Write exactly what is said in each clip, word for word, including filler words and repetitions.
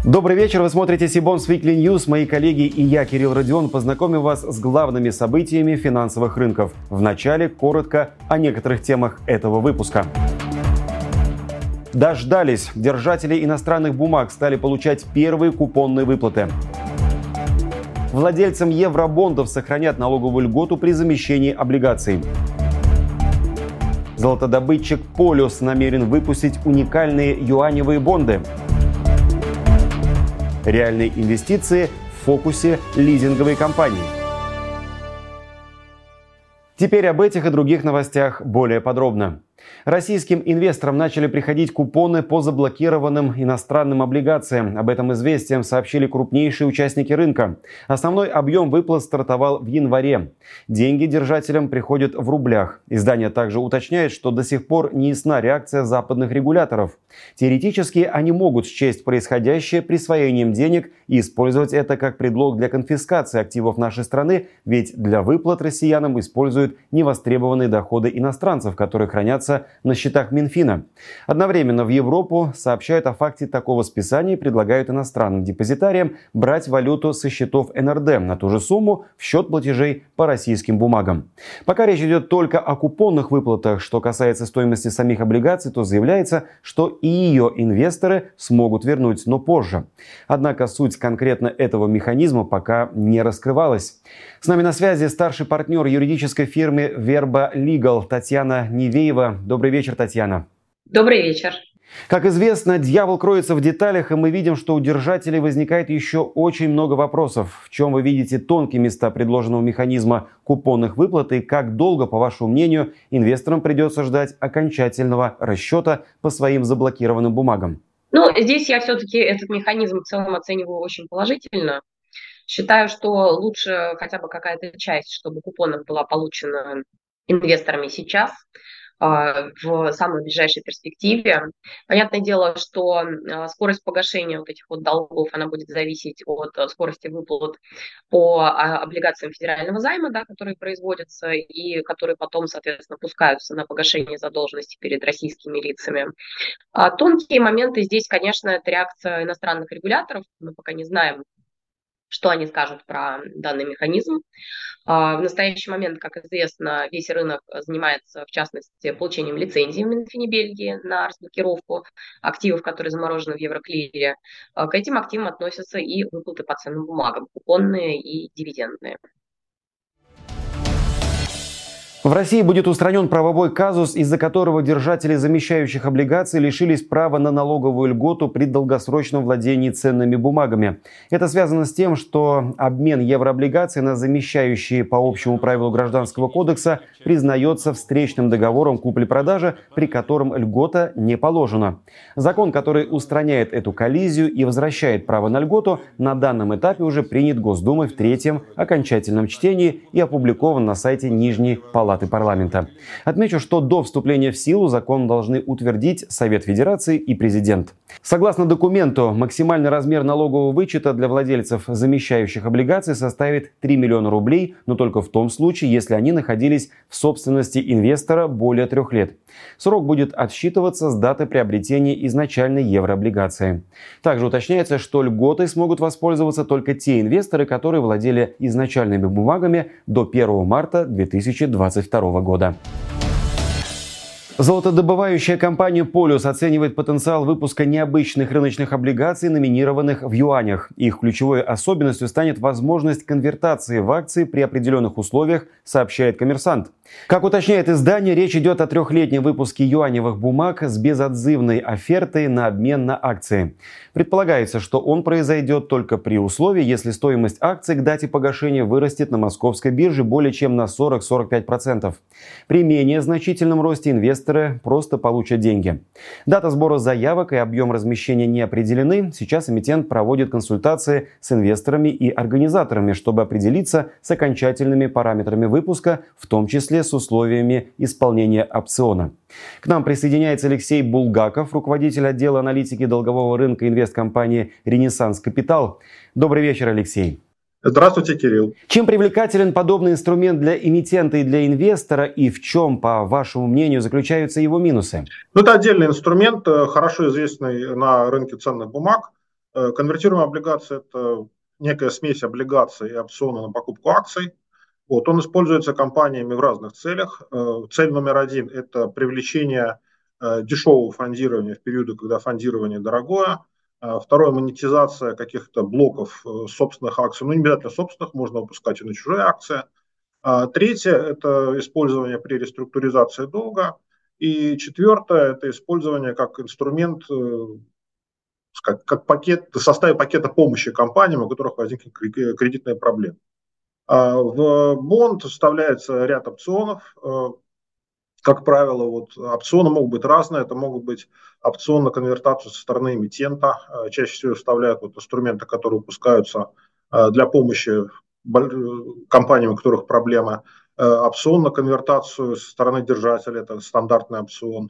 Добрый вечер, вы смотрите Сибонс Weekly News. Мои коллеги и я, Кирилл Родион, познакомим вас с главными событиями финансовых рынков. Вначале коротко о некоторых темах этого выпуска. Дождались. Держатели иностранных бумаг стали получать первые купонные выплаты. Владельцам евробондов сохранят налоговую льготу при замещении облигаций. Золотодобытчик Полюс намерен выпустить уникальные юаневые бонды. Реальные инвестиции в фокусе лизинговой компании. Теперь об этих и других новостях более подробно. Российским инвесторам начали приходить купоны по заблокированным иностранным облигациям. Об этом известием сообщили крупнейшие участники рынка. Основной объем выплат стартовал в январе. Деньги держателям приходят в рублях. Издание также уточняет, что до сих пор не ясна реакция западных регуляторов. Теоретически они могут счесть происходящее присвоением денег и использовать это как предлог для конфискации активов нашей страны, ведь для выплат россиянам используют невостребованные доходы иностранцев, которые хранятся на счетах Минфина. Одновременно в Европу сообщают о факте такого списания и предлагают иностранным депозитариям брать валюту со счетов эн эр дэ на ту же сумму в счет платежей по российским бумагам. Пока речь идет только о купонных выплатах. Что касается стоимости самих облигаций, то заявляется, что и ее инвесторы смогут вернуть, но позже. Однако суть конкретно этого механизма пока не раскрывалась. С нами на связи старший партнер юридической фирмы Verba Legal Татьяна Невеева. Добрый вечер, Татьяна. Добрый вечер. Как известно, дьявол кроется в деталях, и мы видим, что у держателей возникает еще очень много вопросов. В чем вы видите тонкие места предложенного механизма купонных выплат и как долго, по вашему мнению, инвесторам придется ждать окончательного расчета по своим заблокированным бумагам? Ну, здесь я все-таки этот механизм в целом оцениваю очень положительно. Считаю, что лучше хотя бы какая-то часть, чтобы купонов была получена инвесторами сейчас, в самой ближайшей перспективе. Понятное дело, что скорость погашения вот этих вот долгов, она будет зависеть от скорости выплат по облигациям федерального займа, да, которые производятся и которые потом, соответственно, пускаются на погашение задолженности перед российскими лицами. А тонкие моменты здесь, конечно, это реакция иностранных регуляторов. Мы пока не знаем, что они скажут про данный механизм. В настоящий момент, как известно, весь рынок занимается, в частности, получением лицензии в Минфине Бельгии на разблокировку активов, которые заморожены в Евроклире. К этим активам относятся и выплаты по ценным бумагам, купонные и дивидендные. В России будет устранен правовой казус, из-за которого держатели замещающих облигаций лишились права на налоговую льготу при долгосрочном владении ценными бумагами. Это связано с тем, что обмен еврооблигаций на замещающие по общему правилу Гражданского кодекса признается встречным договором купли-продажи, при котором льгота не положена. Закон, который устраняет эту коллизию и возвращает право на льготу, на данном этапе уже принят Госдумой в третьем окончательном чтении и опубликован на сайте Нижней Палаты парламента. Отмечу, что до вступления в силу закон должны утвердить Совет Федерации и президент. Согласно документу, максимальный размер налогового вычета для владельцев замещающих облигаций составит три миллиона рублей, но только в том случае, если они находились в собственности инвестора более трех лет. Срок будет отсчитываться с даты приобретения изначальной еврооблигации. Также уточняется, что льготой смогут воспользоваться только те инвесторы, которые владели изначальными бумагами до первого марта две тысячи двадцать второго года. Золотодобывающая компания «Полюс» оценивает потенциал выпуска необычных рыночных облигаций, номинированных в юанях. Их ключевой особенностью станет возможность конвертации в акции при определенных условиях, сообщает «Коммерсант». Как уточняет издание, речь идет о трехлетнем выпуске юаневых бумаг с безотзывной офертой на обмен на акции. Предполагается, что он произойдет только при условии, если стоимость акций к дате погашения вырастет на московской бирже более чем на сорок - сорок пять процентов. При менее значительном росте инвесторы просто получат деньги. Дата сбора заявок и объем размещения не определены. Сейчас эмитент проводит консультации с инвесторами и организаторами, чтобы определиться с окончательными параметрами выпуска, в том числе с условиями исполнения опциона. К нам присоединяется Алексей Булгаков, руководитель отдела аналитики долгового рынка инвесткомпании «Ренессанс Капитал». Добрый вечер, Алексей. Здравствуйте, Кирилл. Чем привлекателен подобный инструмент для эмитента и для инвестора, и в чем, по вашему мнению, заключаются его минусы? Ну, это отдельный инструмент, хорошо известный на рынке ценных бумаг. Конвертируемая облигация – это некая смесь облигаций и опциона на покупку акций. Вот, он используется компаниями в разных целях. Цель номер один – это привлечение дешевого фондирования в периоды, когда фондирование дорогое. Второе – монетизация каких-то блоков собственных акций. Ну, не обязательно собственных, можно выпускать и на чужие акции. Третье – это использование при реструктуризации долга. И четвертое – это использование как инструмент, как, как пакет, в составе пакета помощи компаниям, у которых возникли кредитные проблемы. В бонд вставляется ряд опционов. Как правило, вот, опционы могут быть разные. Это могут быть опционы на конвертацию со стороны эмитента. Чаще всего вставляют вот инструменты, которые выпускаются для помощи компаниям, у которых проблемы. Опцион на конвертацию со стороны держателя, это стандартный опцион.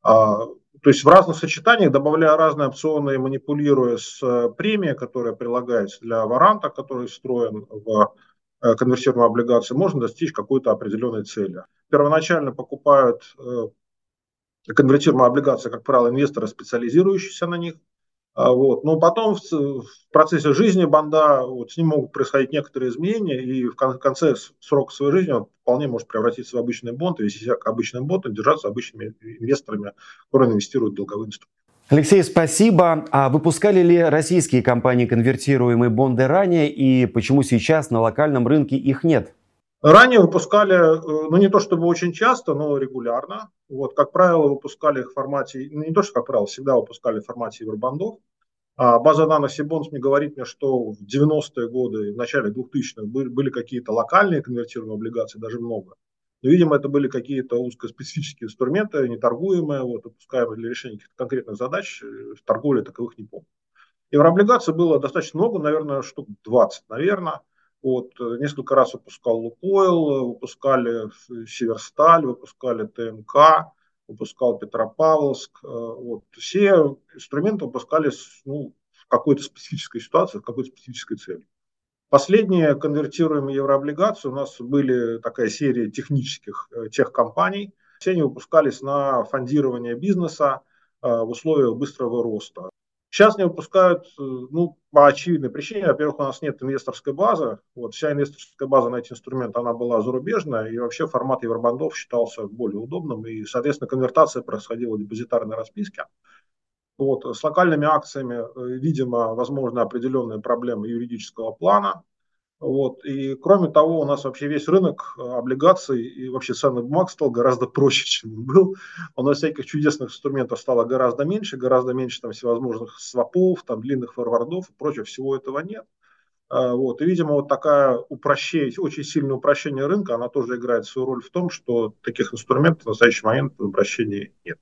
То есть в разных сочетаниях, добавляя разные опционы и манипулируя с премией, которая прилагается для варанта, который встроен в конвертируемые облигации, можно достичь какой-то определенной цели. Первоначально покупают конвертируемые облигации, как правило, инвесторы, специализирующиеся на них. Вот. Но потом в, в процессе жизни бонда вот, с ним могут происходить некоторые изменения, и в конце срока своей жизни он вполне может превратиться в обычный бонд, и вести себя как обычный бонд, и держаться обычными инвесторами, которые инвестируют в долговые инструменты. Алексей, спасибо. А выпускали ли российские компании конвертируемые бонды ранее, и почему сейчас на локальном рынке их нет? Ранее выпускали, ну не то чтобы очень часто, но регулярно. Вот, как правило, выпускали их в формате, ну не то что как правило, всегда выпускали в формате евробондов. А база данных Сибонс мне говорит, мне, что в девяностые годы, в начале двухтысячных были, были какие-то локальные конвертируемые облигации, даже много. Но, видимо, это были какие-то узкоспецифические инструменты, неторгуемые, вот, выпускаемые для решения каких-то конкретных задач. В торговле таковых не помню. Еврооблигаций было достаточно много, наверное, штук двадцать, наверное. Вот, несколько раз выпускал Лукойл, выпускали Северсталь, выпускали ТМК, выпускал Петропавловск. Вот. Все инструменты выпускались ну, в какой-то специфической ситуации, в какой-то специфической цели. Последние конвертируемые еврооблигации у нас были такая серия технических техкомпаний. Все они выпускались на фондирование бизнеса в условиях быстрого роста. Сейчас не выпускают, ну, по очевидной причине. Во-первых, у нас нет инвесторской базы. Вот, вся инвесторская база на эти инструменты, она была зарубежная, и вообще формат евробондов считался более удобным, и, соответственно, конвертация происходила в депозитарной расписке. Вот, с локальными акциями, видимо, возможны определенные проблемы юридического плана. Вот. И кроме того, у нас вообще весь рынок облигаций и вообще ценных бумаг стал гораздо проще, чем он был. У нас всяких чудесных инструментов стало гораздо меньше, гораздо меньше там всевозможных свопов, там, длинных форвардов и прочего, всего этого нет. Вот. И, видимо, вот такая упрощение, очень сильное упрощение рынка, она тоже играет свою роль в том, что таких инструментов в настоящий момент в обращении нет.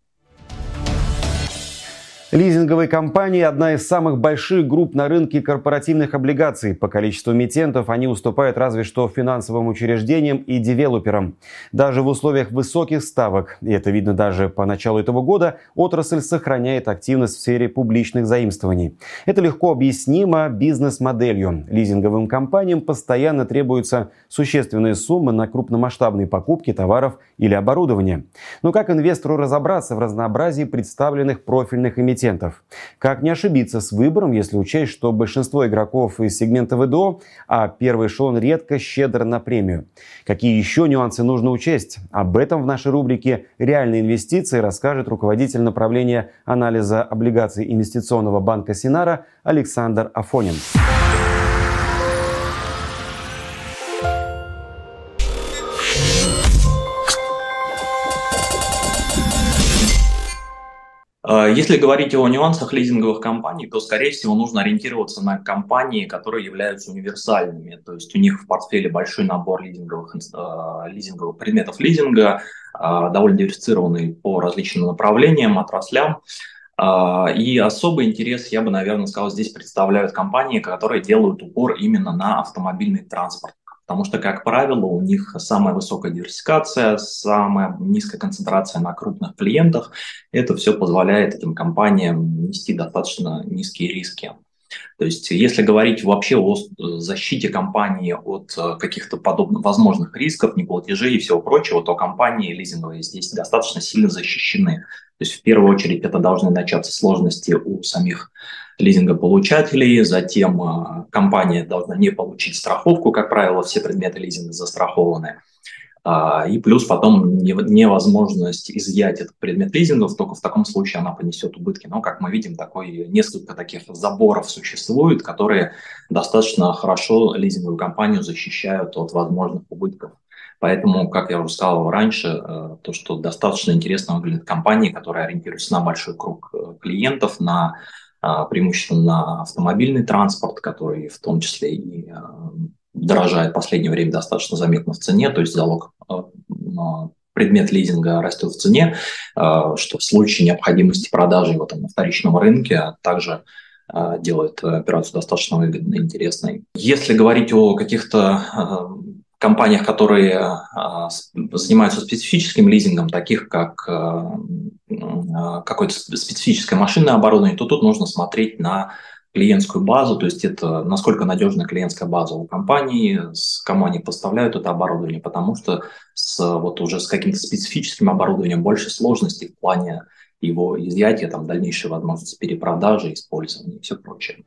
Лизинговые компании – одна из самых больших групп на рынке корпоративных облигаций. По количеству эмитентов они уступают разве что финансовым учреждениям и девелоперам. Даже в условиях высоких ставок, и это видно даже по началу этого года, отрасль сохраняет активность в сфере публичных заимствований. Это легко объяснимо бизнес-моделью. Лизинговым компаниям постоянно требуются существенные суммы на крупномасштабные покупки товаров или оборудования. Но как инвестору разобраться в разнообразии представленных профильных эмитентов? Как не ошибиться с выбором, если учесть, что большинство игроков из сегмента ВДО, а первый эшелон редко щедр на премию? Какие еще нюансы нужно учесть? Об этом в нашей рубрике «Реальные инвестиции» расскажет руководитель направления анализа облигаций инвестиционного банка Синара Александр Афонин. Если говорить о нюансах лизинговых компаний, то, скорее всего, нужно ориентироваться на компании, которые являются универсальными. То есть у них в портфеле большой набор лизинговых, лизинговых предметов лизинга, довольно диверсифицированный по различным направлениям, отраслям. И особый интерес, я бы, наверное, сказал, здесь представляют компании, которые делают упор именно на автомобильный транспорт. Потому что, как правило, у них самая высокая диверсификация, самая низкая концентрация на крупных клиентах. Это все позволяет этим компаниям нести достаточно низкие риски. То есть, если говорить вообще о защите компании от каких-то подобных возможных рисков, неплатежей и всего прочего, то компании лизинговые здесь достаточно сильно защищены. То есть, в первую очередь, это должны начаться сложности у самих лизингополучателей, затем компания должна не получить страховку, как правило, все предметы лизинга застрахованы. И плюс потом невозможность изъять этот предмет лизинга, только в таком случае она понесет убытки. Но, как мы видим, такой, несколько таких заборов существует, которые достаточно хорошо лизинговую компанию защищают от возможных убытков. Поэтому, как я уже сказал раньше, то, что достаточно интересно выглядит компании, которые ориентируются на большой круг клиентов, на преимущественно на автомобильный транспорт, который в том числе и дорожает в последнее время достаточно заметно в цене, то есть залог, предмет лизинга растет в цене, что в случае необходимости продажи его там на вторичном рынке также делает операцию достаточно выгодной и интересной. Если говорить о каких-то компаниях, которые занимаются специфическим лизингом, таких как какое-то специфическое машинное оборудование, то тут нужно смотреть на клиентскую базу, то есть это насколько надежна клиентская база у компании, с кому они поставляют это оборудование, потому что с, вот уже с каким-то специфическим оборудованием больше сложностей в плане его изъятия, там, дальнейшей возможности перепродажи, использования и все прочее.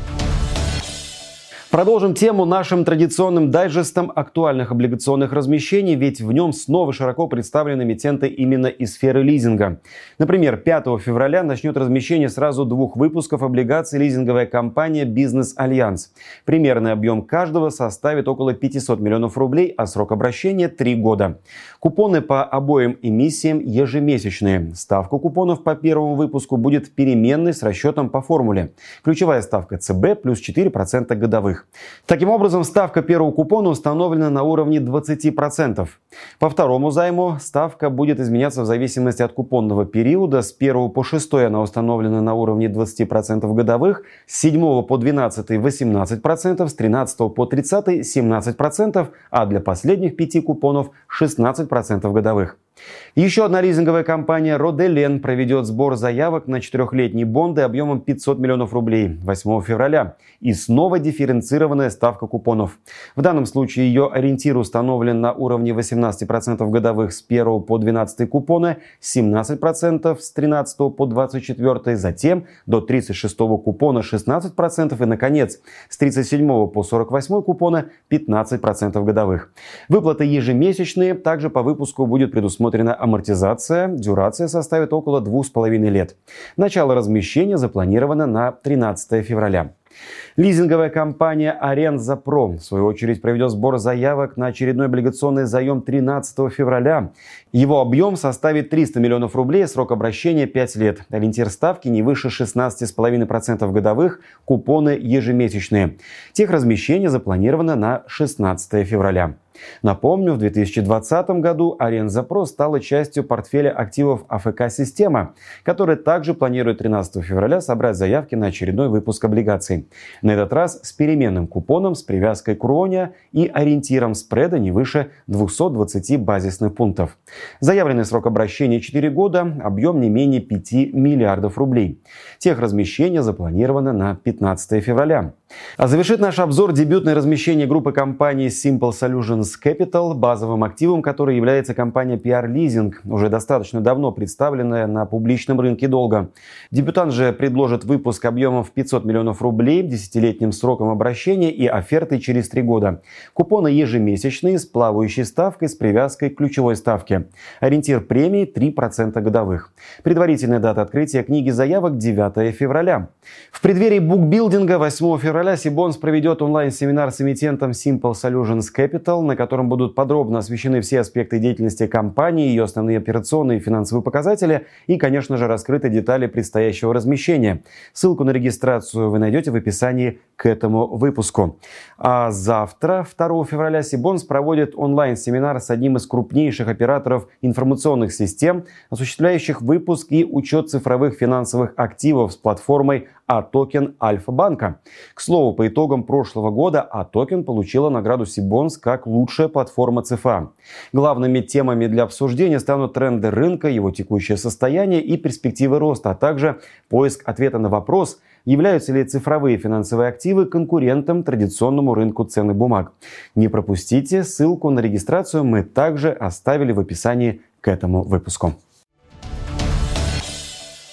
Продолжим тему нашим традиционным дайджестом актуальных облигационных размещений, ведь в нем снова широко представлены эмитенты именно из сферы лизинга. Например, пятого февраля начнет размещение сразу двух выпусков облигаций лизинговая компания «Бизнес-Альянс». Примерный объем каждого составит около пятьсот миллионов рублей, а срок обращения – три года. Купоны по обоим эмиссиям ежемесячные. Ставка купонов по первому выпуску будет переменной с расчетом по формуле. Ключевая ставка ЦБ плюс четыре процента годовых. Таким образом, ставка первого купона установлена на уровне двадцати процентов. По второму займу ставка будет изменяться в зависимости от купонного периода. С первого по шестой она установлена на уровне двадцати процентов годовых, с седьмого по двенадцатый – восемнадцать процентов, с тринадцатого по тридцатый – семнадцать процентов, а для последних пяти купонов – шестнадцать процентов годовых. Еще одна лизинговая компания «Роделен» проведет сбор заявок на четырехлетние бонды объемом пятьсот миллионов рублей восьмого февраля. И снова дифференцированная ставка купонов. В данном случае ее ориентир установлен на уровне восемнадцать процентов годовых с первого по двенадцатый купона, семнадцать процентов с тринадцатого по двадцать четвёртый, затем до тридцать шестого купона шестнадцать процентов и, наконец, с тридцать седьмого по сорок восьмой купона пятнадцать процентов годовых. Выплаты ежемесячные, также по выпуску будет предусмотрена амортизация, дюрация составит около двух с половиной лет. Начало размещения запланировано на тринадцатое февраля. Лизинговая компания «Арензапро» в свою очередь проведет сбор заявок на очередной облигационный заем тринадцатого февраля. Его объем составит триста миллионов рублей, срок обращения пять лет. Ориентир ставки не выше шестнадцати с половиной процентов годовых, купоны ежемесячные. Техразмещение запланировано на шестнадцатое февраля. Напомню, в две тысячи двадцатом году Арензапро стала частью портфеля активов АФК-система, которая также планирует тринадцатого февраля собрать заявки на очередной выпуск облигаций. На этот раз с переменным купоном, с привязкой к РОНе и ориентиром спреда не выше двухсот двадцати базисных пунктов. Заявленный срок обращения четыре года, объем не менее пяти миллиардов рублей. Техразмещение запланировано на пятнадцатое февраля. А завершит наш обзор дебютное размещение группы компаний Simple Solutions Capital, базовым активом которой является компания пи ар Leasing, уже достаточно давно представленная на публичном рынке долга. Дебютант же предложит выпуск объемом в пятьсот миллионов рублей, десятилетним сроком обращения и офертой через три года. Купоны ежемесячные с плавающей ставкой с привязкой к ключевой ставке. Ориентир премии три процента годовых. Предварительная дата открытия книги заявок девятое февраля. В преддверии букбилдинга восьмого февраля Сибонс проведет онлайн-семинар с эмитентом Simple Solutions Capital, на котором будут подробно освещены все аспекты деятельности компании, ее основные операционные и финансовые показатели и, конечно же, раскрыты детали предстоящего размещения. Ссылку на регистрацию вы найдете в описании к этому выпуску. А завтра, второго февраля, Сибонс проводит онлайн-семинар с одним из крупнейших операторов информационных систем, осуществляющих выпуск и учет цифровых финансовых активов с платформой А-токен Альфа-банка. К слову, по итогам прошлого года А-токен получила награду Сибонс как лучшая платформа ЦФА. Главными темами для обсуждения станут тренды рынка, его текущее состояние и перспективы роста, а также поиск ответа на вопрос, являются ли цифровые финансовые активы конкурентом традиционному рынку ценных бумаг. Не пропустите, ссылку на регистрацию мы также оставили в описании к этому выпуску.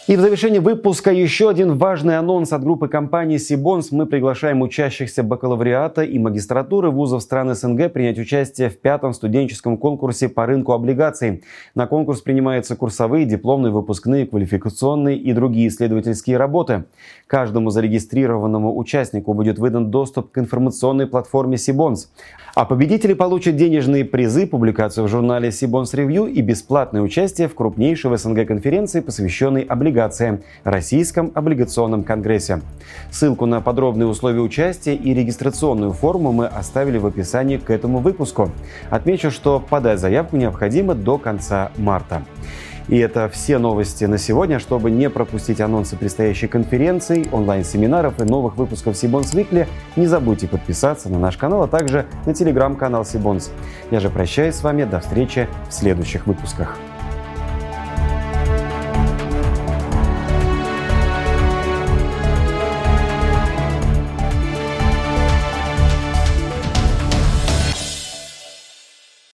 И в завершении выпуска еще один важный анонс от группы компаний Сибонс. Мы приглашаем учащихся бакалавриата и магистратуры вузов стран СНГ принять участие в пятом студенческом конкурсе по рынку облигаций. На конкурс принимаются курсовые, дипломные, выпускные, квалификационные и другие исследовательские работы. Каждому зарегистрированному участнику будет выдан доступ к информационной платформе Сибонс. А победители получат денежные призы, публикацию в журнале Сибонс Ревью и бесплатное участие в крупнейшей в СНГ конференции, посвященной облигациям. Российском облигационном конгрессе. Ссылку на подробные условия участия и регистрационную форму мы оставили в описании к этому выпуску. Отмечу, что подать заявку необходимо до конца марта. И это все новости на сегодня. Чтобы не пропустить анонсы предстоящей конференции, онлайн-семинаров и новых выпусков Сибонс Weekly, не забудьте подписаться на наш канал, а также на телеграм-канал Сибонс. Я же прощаюсь с вами. До встречи в следующих выпусках.